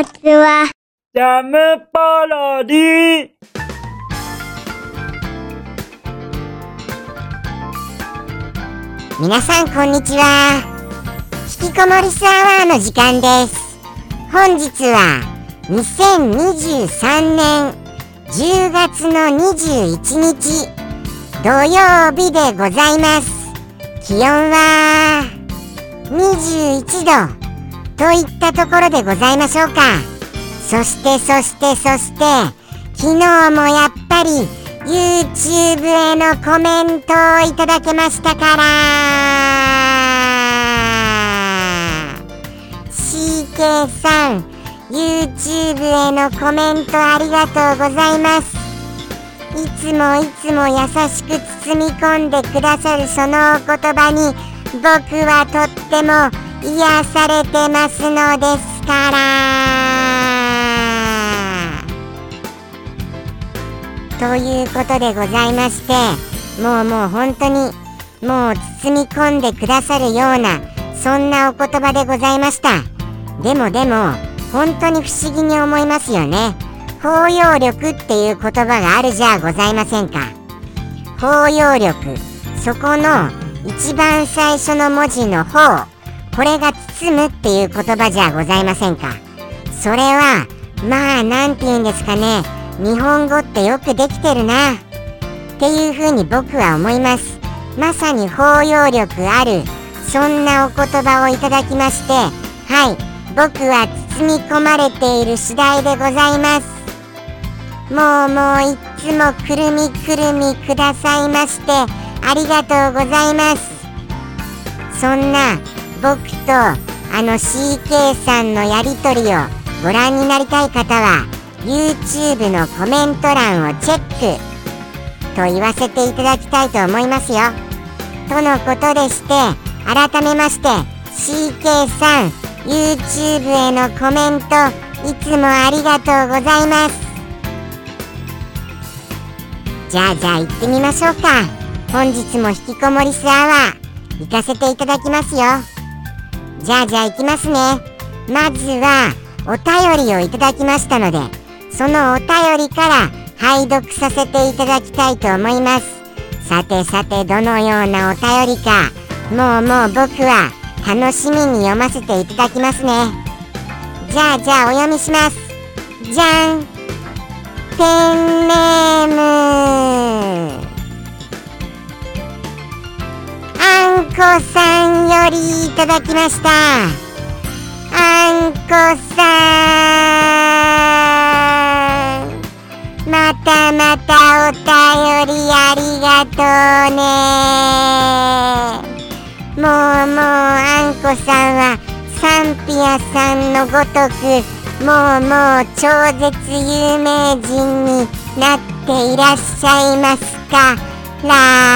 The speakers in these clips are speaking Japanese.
ちは。 ジャムパロディ。 皆さんこんにちは。引きこもりスアワーの時間です。本日は2023年10月の21日土曜日でございます。気温は21度といったところでございましょうか。そして昨日もやっぱり YouTube へのコメントをいただけましたから、 CK さん YouTube へのコメントありがとうございます。いつも優しく包み込んでくださるそのお言葉に僕はとっても癒されてますのですから。ということでございまして、もう本当にもう包み込んでくださるようなそんなお言葉でございました。でも本当に不思議に思いますよね。包容力っていう言葉があるじゃございませんか。包容力、そこの一番最初の文字の包、これが包むっていう言葉じゃございませんか。それはなんて言うんですかね、日本語ってよくできてるなっていうふうに僕は思います。まさに包容力あるそんなお言葉をいただきまして、はい、僕は包み込まれている次第でございます。もういつもくるみくださいましてありがとうございます。そんな僕とCK さんのやりとりをご覧になりたい方は YouTube のコメント欄をチェックと言わせていただきたいと思いますよ。とのことでして、改めまして CK さん YouTube へのコメントいつもありがとうございます。じゃあ行ってみましょうか。本日も引きこもりスアワー行かせていただきますよ。じゃあ行きますね。まずはお便りをいただきましたので、そのお便りから拝読させていただきたいと思います。さてどのようなお便りかもう僕は楽しみに読ませていただきますね。じゃあお読みします。じゃん、ペンネームあんこさんよりいただきました。あんこさん、またお便りありがとうね。もうあんこさんはサンピアさんのごとくもう超絶有名人になっていらっしゃいますから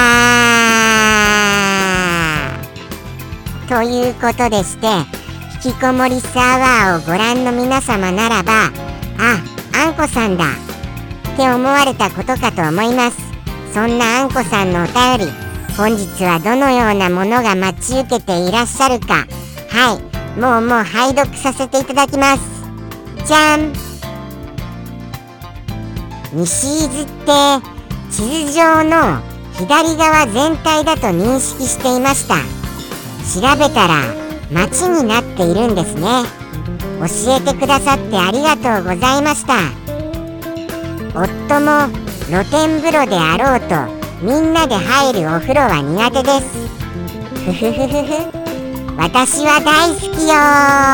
ということでして、引きこもりスアワーをご覧の皆様ならば、あんこさんだって思われたことかと思います。そんなあんこさんのお便り、本日はどのようなものが待ち受けていらっしゃるか、はい、もう拝読させていただきます。じゃん。西伊豆って地図上の左側全体だと認識していました。調べたら町になっているんですね。教えてくださってありがとうございました。夫も露天風呂であろうとみんなで入るお風呂は苦手です。私は大好きよ。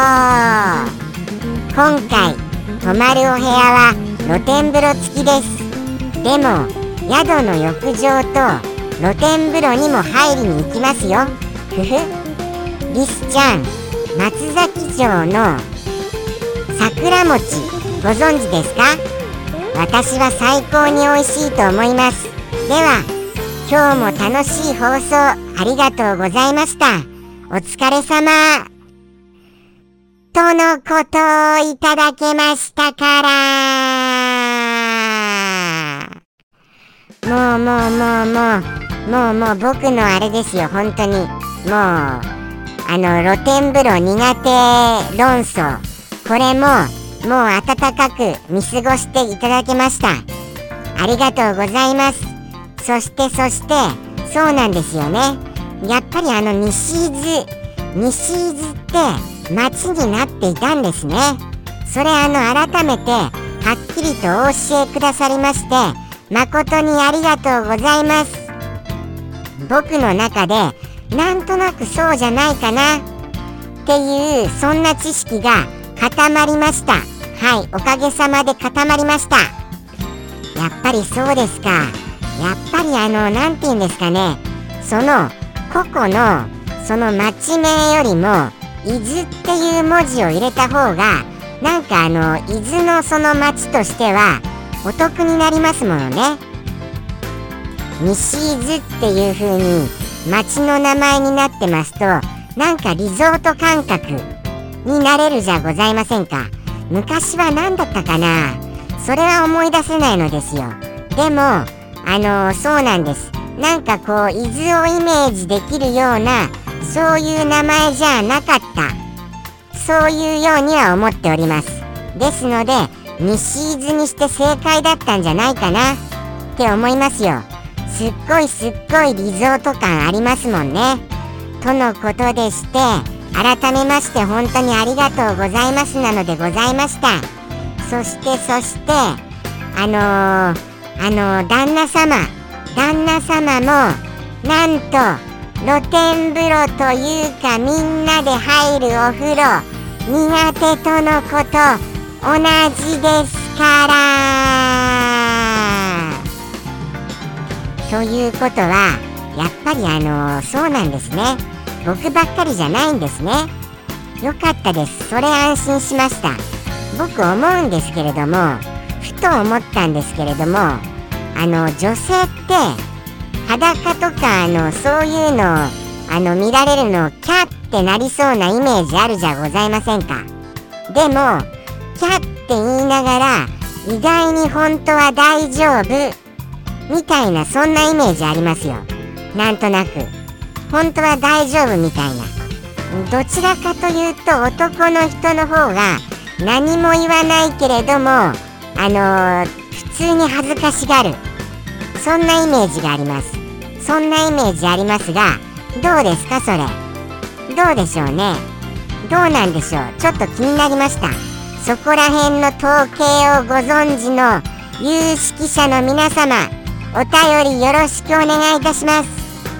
今回泊まるお部屋は露天風呂付きです。でも宿の浴場と露天風呂にも入りに行きますよ。リスちゃん、松崎城の桜餅ご存知ですか？私は最高に美味しいと思います。では今日も楽しい放送ありがとうございました。お疲れ様とのことをいただけましたから。もう僕のあれですよ、本当にもう露天風呂苦手論争、これももう温かく見過ごしていただけました。ありがとうございます。そしてそうなんですよね。やっぱり西伊豆って町になっていたんですね。それ改めてはっきりとお教えくださりまして誠にありがとうございます。僕の中でなんとなくそうじゃないかなっていうそんな知識が固まりました。はい、おかげさまで固まりました。やっぱりそうですか。やっぱりなんて言うんですかね、その個々のその町名よりも伊豆っていう文字を入れた方がなんか伊豆のその町としてはお得になりますものね。西伊豆っていう風に町の名前になってますとなんかリゾート感覚になれるじゃございませんか。昔は何だったかな、それは思い出せないのですよ。でもそうなんです。なんかこう伊豆をイメージできるようなそういう名前じゃなかった、そういうようには思っております。ですので西伊豆にして正解だったんじゃないかなって思いますよ。すっごいリゾート感ありますもんね。とのことでして改めまして本当にありがとうございますなのでございました。そして旦那様もなんと露天風呂というかみんなで入るお風呂苦手とのこと同じですから。ということはやっぱりそうなんですね。僕ばっかりじゃないんですね。よかったです。それ安心しました。僕思うんですけれども、ふと思ったんですけれども女性って裸とかそういうのを見られるのキャッってなりそうなイメージあるじゃございませんか。でもキャッって言いながら意外に本当は大丈夫みたいなそんなイメージありますよ。なんとなく本当は大丈夫みたいな。どちらかというと男の人の方が何も言わないけれども普通に恥ずかしがる、そんなイメージがあります。そんなイメージありますがどうですかそれ。どうでしょうね。どうなんでしょう。ちょっと気になりました。そこら辺の統計をご存知の有識者の皆様お便りよろしくお願いいたします。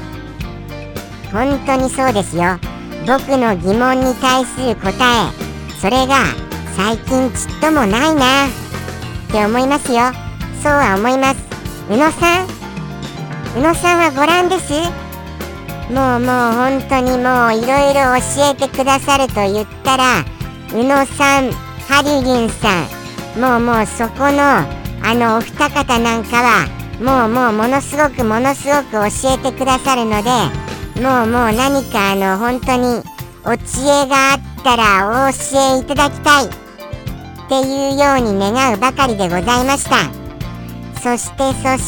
本当にそうですよ。僕の疑問に対する答え、それが最近ちっともないなって思いますよ。そうは思います。宇野さんはご覧です。もう本当にもういろいろ教えてくださると言ったら宇野さん、ハリリンさん、もうそこのお二方なんかはもうものすごく教えてくださるのでもう何か本当にお知恵があったらお教えいただきたいっていうように願うばかりでございました。そして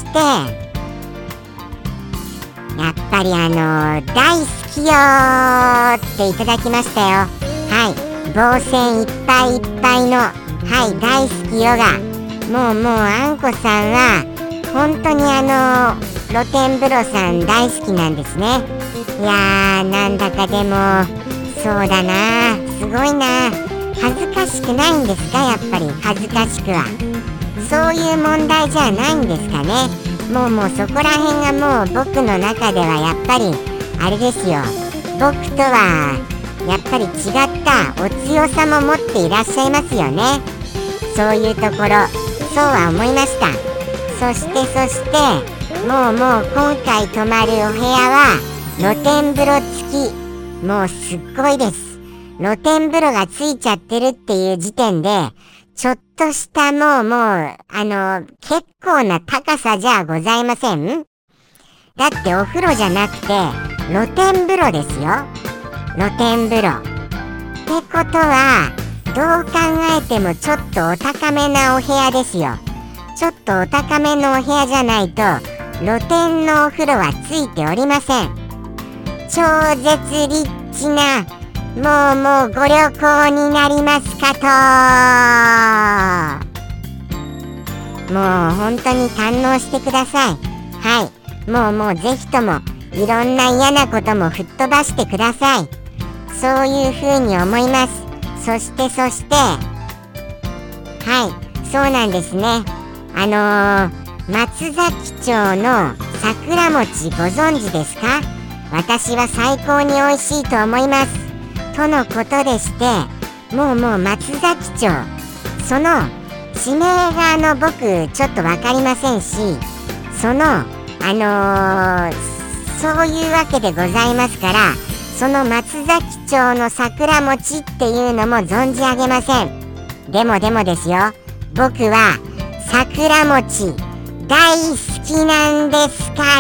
やっぱり大好きよーっていただきましたよ。はい、防線いっぱいいっぱいのはい大好きよがもうあんこさんは本当に露天風呂さん大好きなんですね。いやーなんだかでもそうだな、すごいな。恥ずかしくないんですか。やっぱり恥ずかしくはそういう問題じゃないんですかね。もうそこら辺がもう僕の中ではやっぱりあれですよ。僕とはやっぱり違ったお強さも持っていらっしゃいますよね。そういうところそうは思いました。そしてもう今回泊まるお部屋は露天風呂付き。もうすっごいです。露天風呂がついちゃってるっていう時点でちょっとした結構な高さじゃございません？だってお風呂じゃなくて露天風呂ですよ。露天風呂ってことはどう考えてもちょっとお高めなお部屋ですよ。ちょっとお高めのお部屋じゃないと露天のお風呂はついておりません。超絶リッチなもうご旅行になりますかと。もう本当に堪能してください。はい、もうぜひともいろんな嫌なことも吹っ飛ばしてください。そういう風に思います。そしてはい、そうなんですね。松崎町の桜餅ご存知ですか？私は最高に美味しいと思います。とのことでして、もう松崎町、その地名が僕ちょっとわかりませんし、そういうわけでございますから、その松崎町の桜餅っていうのも存じ上げません。でもですよ、僕は桜餅大好きなんですから、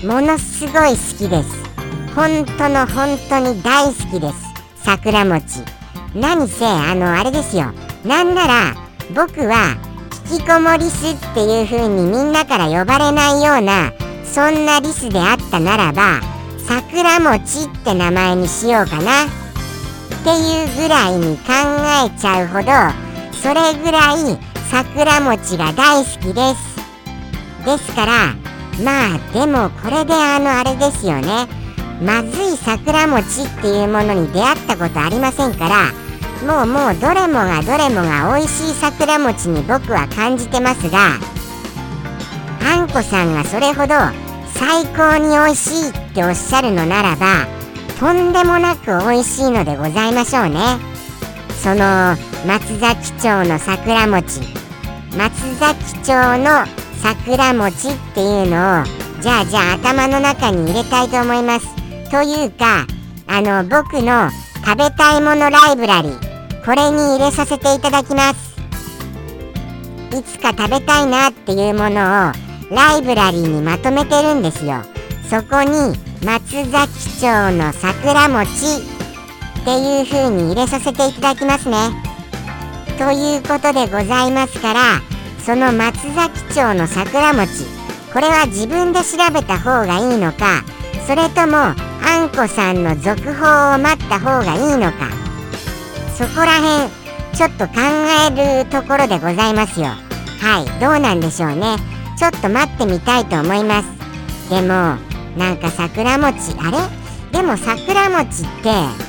ものすごい好きです。本当に大好きです。桜餅。何せあれですよ、なんなら僕は引きこもりすっていう風にみんなから呼ばれないような、そんなリスであったならば桜餅って名前にしようかなっていうぐらいに考えちゃうほど、それぐらい桜餅が大好きです。ですから、まあでもこれであれですよね、まずい桜餅っていうものに出会ったことありませんから、もうどれもが美味しい桜餅に僕は感じてますが、あんこさんがそれほど最高に美味しいっておっしゃるのならば、とんでもなく美味しいのでございましょうね。その松崎町の桜餅、松崎町の桜餅っていうのをじゃあ頭の中に入れたいと思います。というか僕の食べたいものライブラリー、これに入れさせていただきます。いつか食べたいなっていうものをライブラリーにまとめてるんですよ。そこに松崎町の桜餅っていう風に入れさせていただきますね。ということでございますから、その松崎町の桜餅、これは自分で調べた方がいいのか、それともあんこさんの続報を待った方がいいのか、そこらへんちょっと考えるところでございますよ。はい、どうなんでしょうね。ちょっと待ってみたいと思います。でもなんか桜餅、あれでも桜餅って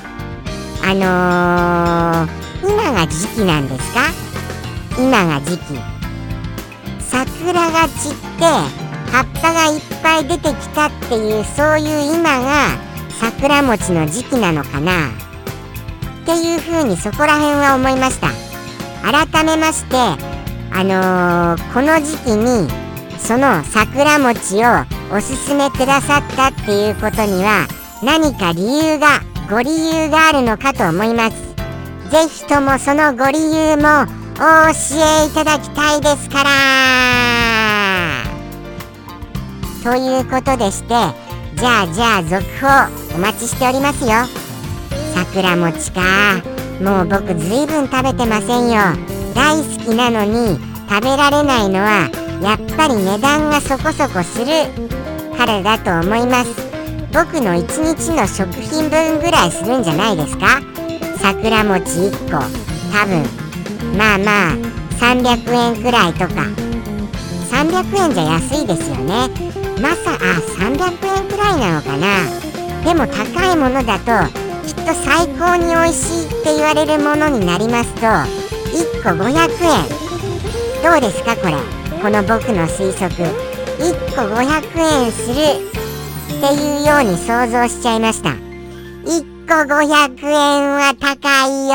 今が時期なんですか？今が時期、桜が散って葉っぱがいっぱい出てきたっていう、そういう今が桜餅の時期なのかなっていう風にそこら辺は思いました。改めましてこの時期にその桜餅をおすすめくださったっていうことには何かご理由があるのかと思います。ぜひともそのご理由もお教えいただきたいですから。ということでして、じゃあ続報お待ちしておりますよ。桜餅か、もう僕ずいぶん食べてませんよ。大好きなのに食べられないのはやっぱり値段がそこそこするからだと思います。僕の1日の食費分ぐらいするんじゃないですか。桜餅1個多分まあ300円くらいとか。300円じゃ安いですよね。300円くらいなのかな。でも高いものだときっと最高に美味しいって言われるものになりますと1個500円。どうですかこの僕の推測。1個500円するっていうように想像しちゃいました。1個500円は高い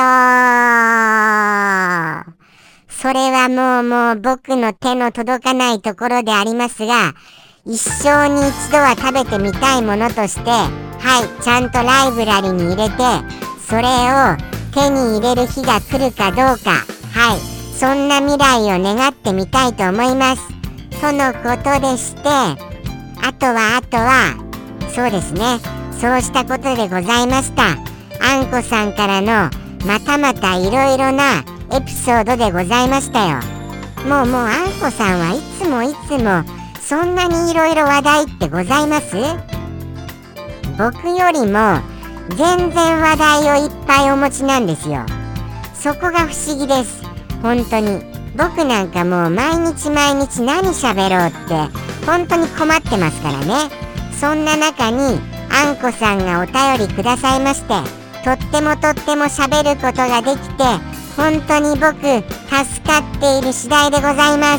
よ。それはもう僕の手の届かないところでありますが、一生に一度は食べてみたいものとして、ちゃんとライブラリに入れて、それを手に入れる日が来るかどうか、そんな未来を願ってみたいと思います。とのことでして、あとはそうですね、そうしたことでございました。あんこさんからのまたいろいろなエピソードでございましたよ。もうあんこさんはいつもそんなにいろいろ話題ってございます？ 僕よりも全然話題をいっぱいお持ちなんですよ。そこが不思議です。本当に僕なんかもう毎日何喋ろうって本当に困ってますからね。そんな中にあんこさんがお便りくださいまして、とっても喋ることができて本当に僕助かっている次第でございます。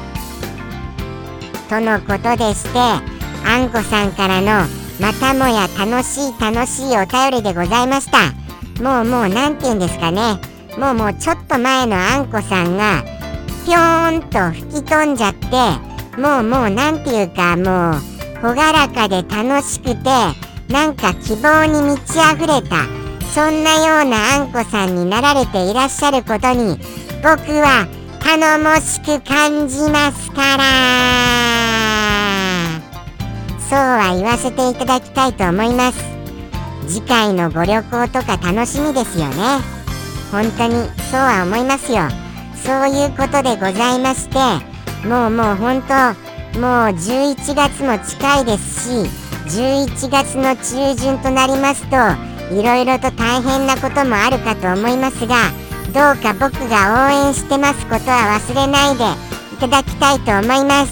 とのことでして、あんこさんからのまたもや楽しいお便りでございました。もうなんて言うんですかね、もうちょっと前のあんこさんがぴょーんと吹き飛んじゃって、もうなんていうか、もう朗らかで楽しくてなんか希望に満ち溢れた、そんなようなあんこさんになられていらっしゃることに僕は頼もしく感じますから、そうは言わせていただきたいと思います。次回のご旅行とか楽しみですよね。本当にそうは思いますよ。そういうことでございまして、もう本当もう11月も近いですし、11月の中旬となりますといろいろと大変なこともあるかと思いますが、どうか僕が応援してますことは忘れないでいただきたいと思います。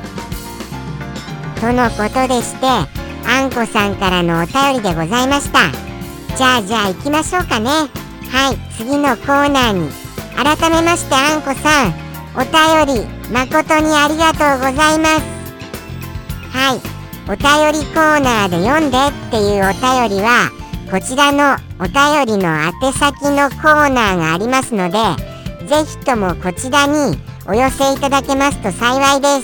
とのことでして、あんこさんからのお便りでございました。じゃあ行きましょうかね。はい、次のコーナーに。改めましてあんこさん、お便り誠にありがとうございます。はい、お便りコーナーで読んでっていうお便りはこちらのお便りの宛先のコーナーがありますので、ぜひともこちらにお寄せいただけますと幸いです。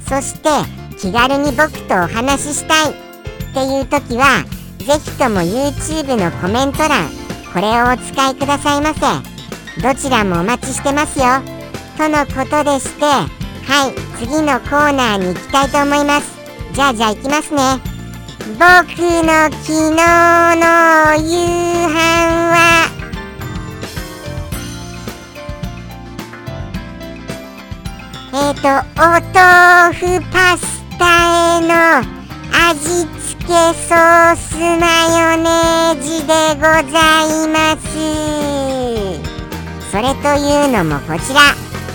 そして気軽に僕とお話ししたいっていう時はぜひとも YouTube のコメント欄、これをお使いくださいませ。どちらもお待ちしてますよ。とのことでして、はい、次のコーナーに行きたいと思います。じゃあ行きますね。僕の昨日の夕飯はお豆腐パスタへの味付けソースマヨネーズでございます。それというのもこちら、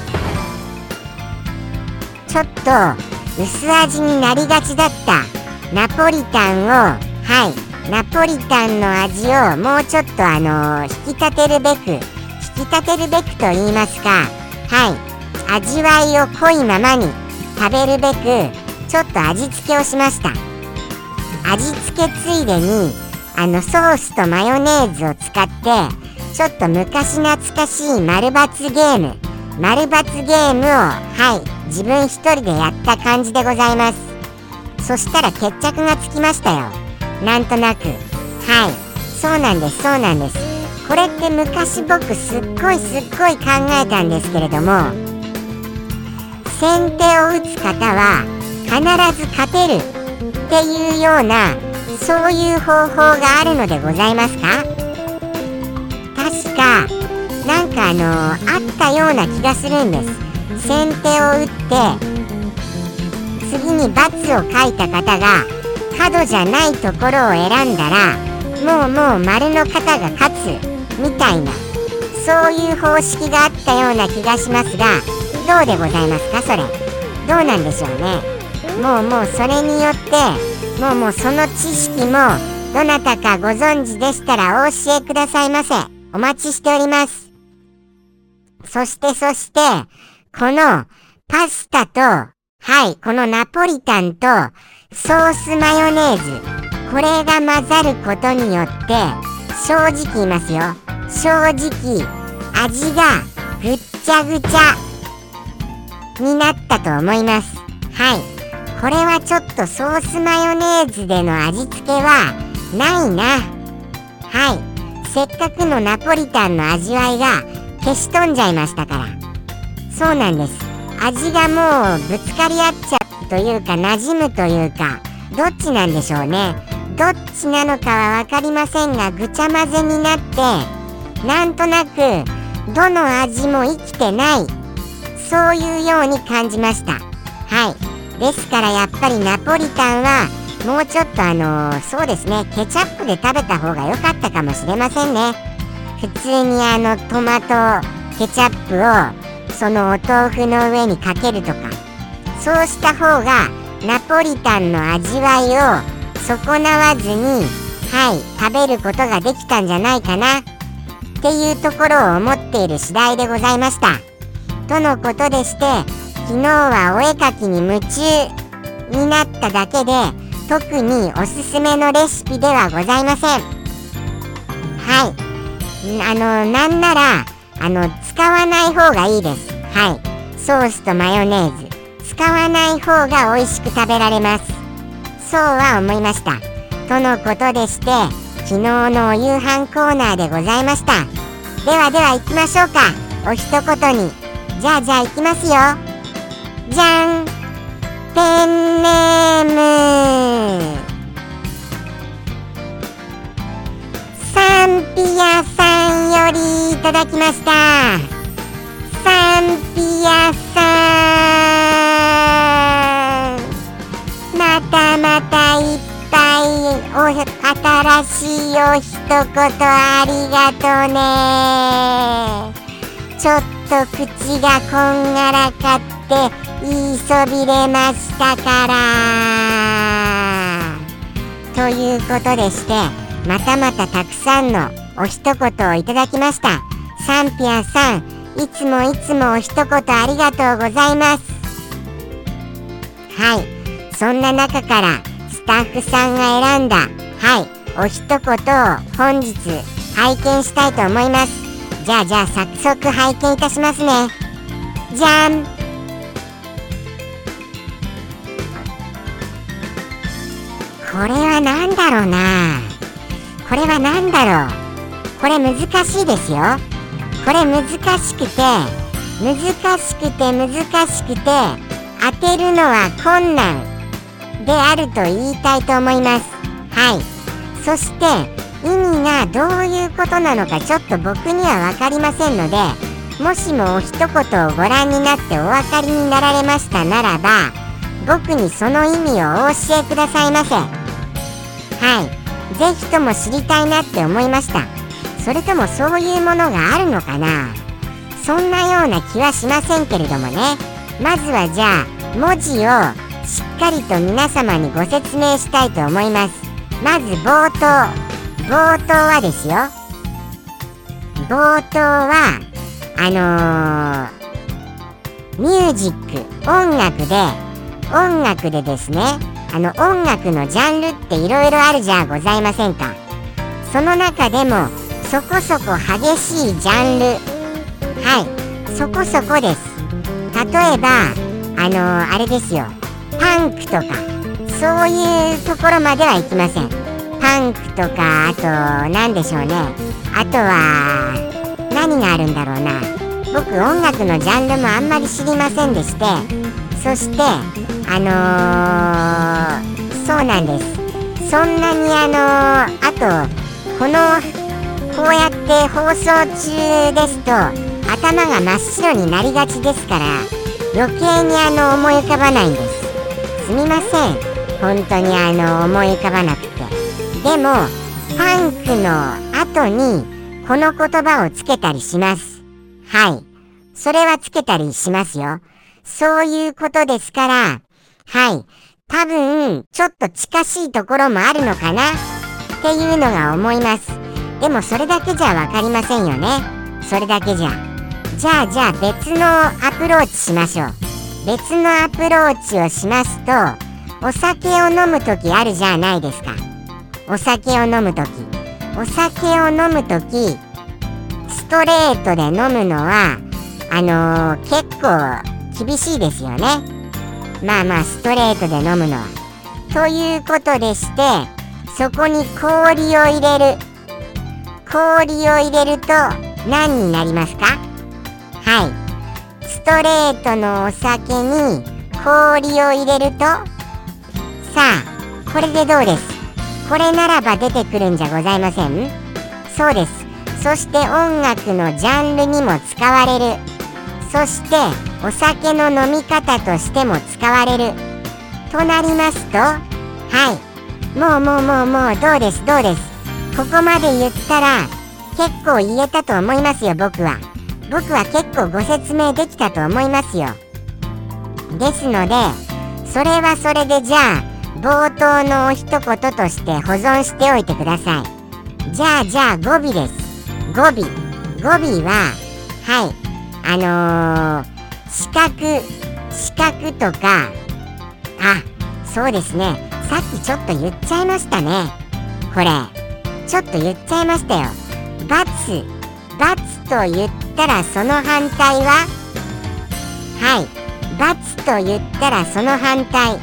ちょっと薄味になりがちだったナポリタンを、はい、ナポリタンの味をもうちょっと引き立てるべくと言いますか、はい、味わいを濃いままに食べるべくちょっと味付けをしました。味付けついでにソースとマヨネーズを使ってちょっと昔懐かしい丸×ゲームを、はい、自分一人でやった感じでございます。そしたら決着がつきましたよ、なんとなく。はい、そうなんです。これって昔僕すっごい考えたんですけれども、先手を打つ方は必ず勝てるっていうような、そういう方法があるのでございますか？確かなんかあったような気がするんです。先手を打って次に×を書いた方が角じゃないところを選んだらもう丸の方が勝つみたいな、そういう方式があったような気がしますが、どうでございますか？それどうなんでしょうね。もうそれによってもうその知識もどなたかご存知でしたらお教えくださいませ。お待ちしております。そしてこのパスタと、はい、このナポリタンとソースマヨネーズ、これが混ざることによって正直言いますよ、正直味がぐっちゃぐちゃになったと思います。はい、これはちょっとソースマヨネーズでの味付けはないな。はい、せっかくのナポリタンの味わいが消し飛んじゃいましたから。そうなんです。味がもうぶつかり合っちゃうというか馴染むというか、どっちなんでしょうね。どっちなのかは分かりませんが、ぐちゃ混ぜになってなんとなくどの味も生きてない、そういうように感じました。はい、ですからやっぱりナポリタンはもうちょっとそうですね、ケチャップで食べた方が良かったかもしれませんね。普通にトマトケチャップをそのお豆腐の上にかけるとか、そうした方がナポリタンの味わいを損なわずに、はい、食べることができたんじゃないかなっていうところを思っている次第でございました。とのことでして、昨日はお絵かきに夢中になっただけで、特におすすめのレシピではございません。はい。なんなら、使わない方がいいです。はい。ソースとマヨネーズ。使わない方が美味しく食べられます。そうは思いました。とのことでして、昨日のお夕飯コーナーでございました。では行きましょうか。お一言に。じゃあ行きますよ。じゃん。ペンネーム。サンピアさんよりいただきました。サンピアさん。またいっぱい新しいお一言ありがとね。ちょっと口がこんがらかって言いそびれましたから。ということでして、またたくさんのお一言をいただきました。サンピアさん、いつもお一言ありがとうございます。はい、そんな中からスタッフさんが選んだ、はい、お一言を本日拝見したいと思います。じゃあ早速拝見いたしますね。じゃん。これはなんだろうな。これ難しいですよ。これ難しくて当てるのは困難であると言いたいと思います。はい。そして意味がどういうことなのかちょっと僕には分かりませんので、もしもお一言をご覧になってお分かりになられましたならば、僕にその意味をお教えくださいませ。はい。ぜひとも知りたいなって思いました。それともそういうものがあるのかな。そんなような気はしませんけれどもね。まずはじゃあ文字をしっかりと皆様にご説明したいと思います。まず冒頭はですよ。冒頭はミュージック、音楽でですね、音楽のジャンルっていろいろあるじゃございませんか。その中でもそこそこ激しいジャンル、はい、そこそこです。例えばあれですよ、パンクとかそういうところまではいきません。パンクとか、あと何でしょうね、あとは何があるんだろうな。僕音楽のジャンルもあんまり知りませんでして、そしてそうなんです。そんなにあとこうやって放送中ですと頭が真っ白になりがちですから、余計に思い浮かばないんです。すみません、本当に思い浮かばなくて。でもパンクの後にこの言葉をつけたりします。はい、それはつけたりしますよ。そういうことですから、はい、多分ちょっと近しいところもあるのかなっていうのが思います。でもそれだけじゃわかりませんよね。それだけじゃ。じゃあ別のアプローチしましょう。別のアプローチをしますと、お酒を飲むときあるじゃないですか。お酒を飲むときストレートで飲むのは結構厳しいですよね。まあストレートで飲むのは。ということでして、そこに氷を入れると何になりますか？はい、ストレートのお酒に氷を入れると、さあこれでどうです？これならば出てくるんじゃございません？そうです。そして音楽のジャンルにも使われる。そしてお酒の飲み方としても使われるとなりますと、はい、 どうです。ここまで言ったら結構言えたと思いますよ。僕は結構ご説明できたと思いますよ。ですのでそれはそれで、じゃあ冒頭のお一言として保存しておいてください。じゃあ語尾です。語尾は、四角とか、そうですね、さっきちょっと言っちゃいましたね。これちょっと言っちゃいましたよ。×と言ったらその反対は、×と言ったらその反対、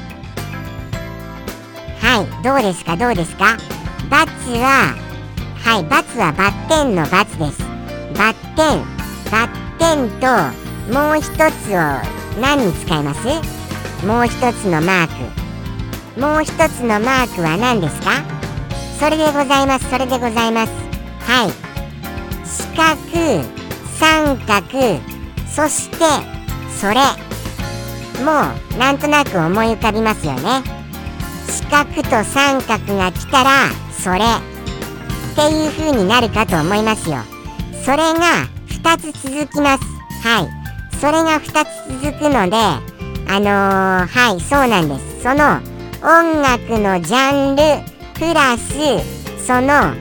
どうですか。×は、×はバッテンの×です。バッテンともう一つを何に使います？もう一つのマークは何ですか？それでございます。四角、三角、そしてそれ、もうなんとなく思い浮かびますよね。四角と三角が来たらそれっていう風になるかと思いますよ。それが2つ続きます。それが2つ続くので、そうなんです。その音楽のジャンルプラスその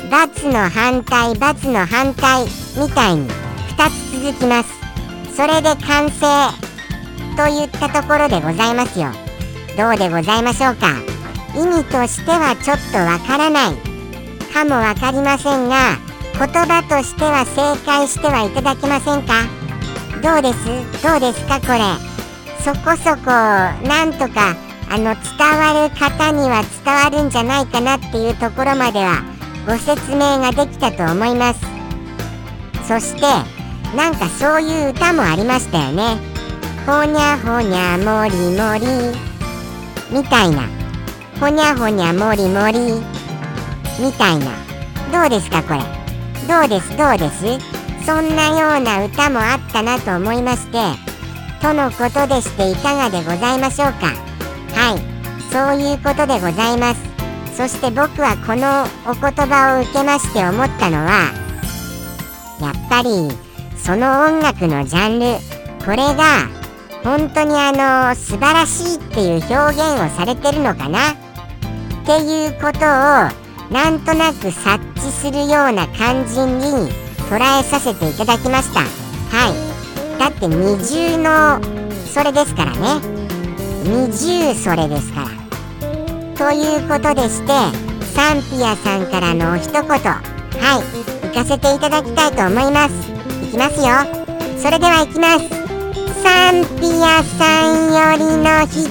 ×の反対みたいに2つ続きます。それで完成といったところでございますよ。どうでございましょうか。意味としてはちょっとわからないかもわかりませんが、言葉としては正解してはいただけませんか？どうですかこれ。そこそこなんとか伝わる方には伝わるんじゃないかなっていうところまではご説明ができたと思います。そしてなんかそういう歌もありましたよね。ほにゃほにゃもりもりみたいな、ほにゃほにゃもりもりみたいな。どうですかこれ。どうですそんなような歌もあったなと思いまして、とのことでしていかがでございましょうか。そういうことでございます。そして僕はこのお言葉を受けまして思ったのは、やっぱりその音楽のジャンル、これが本当に素晴らしいっていう表現をされてるのかなっていうことをなんとなく察知するような感じに捉えさせていただきました。だって二重のそれですからね。二重それですから。ということでして、サンピアさんからのお一言、行かせていただきたいと思います。いきますよ。それでは行きます。サンピアさんよりの一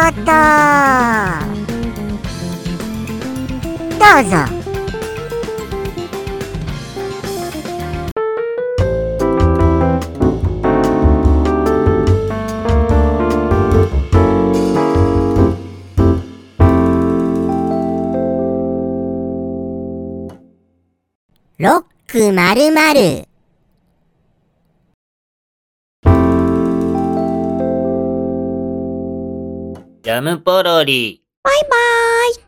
言、どうぞ。ロック〇〇。 ジャムポロリ。 バイバーイ。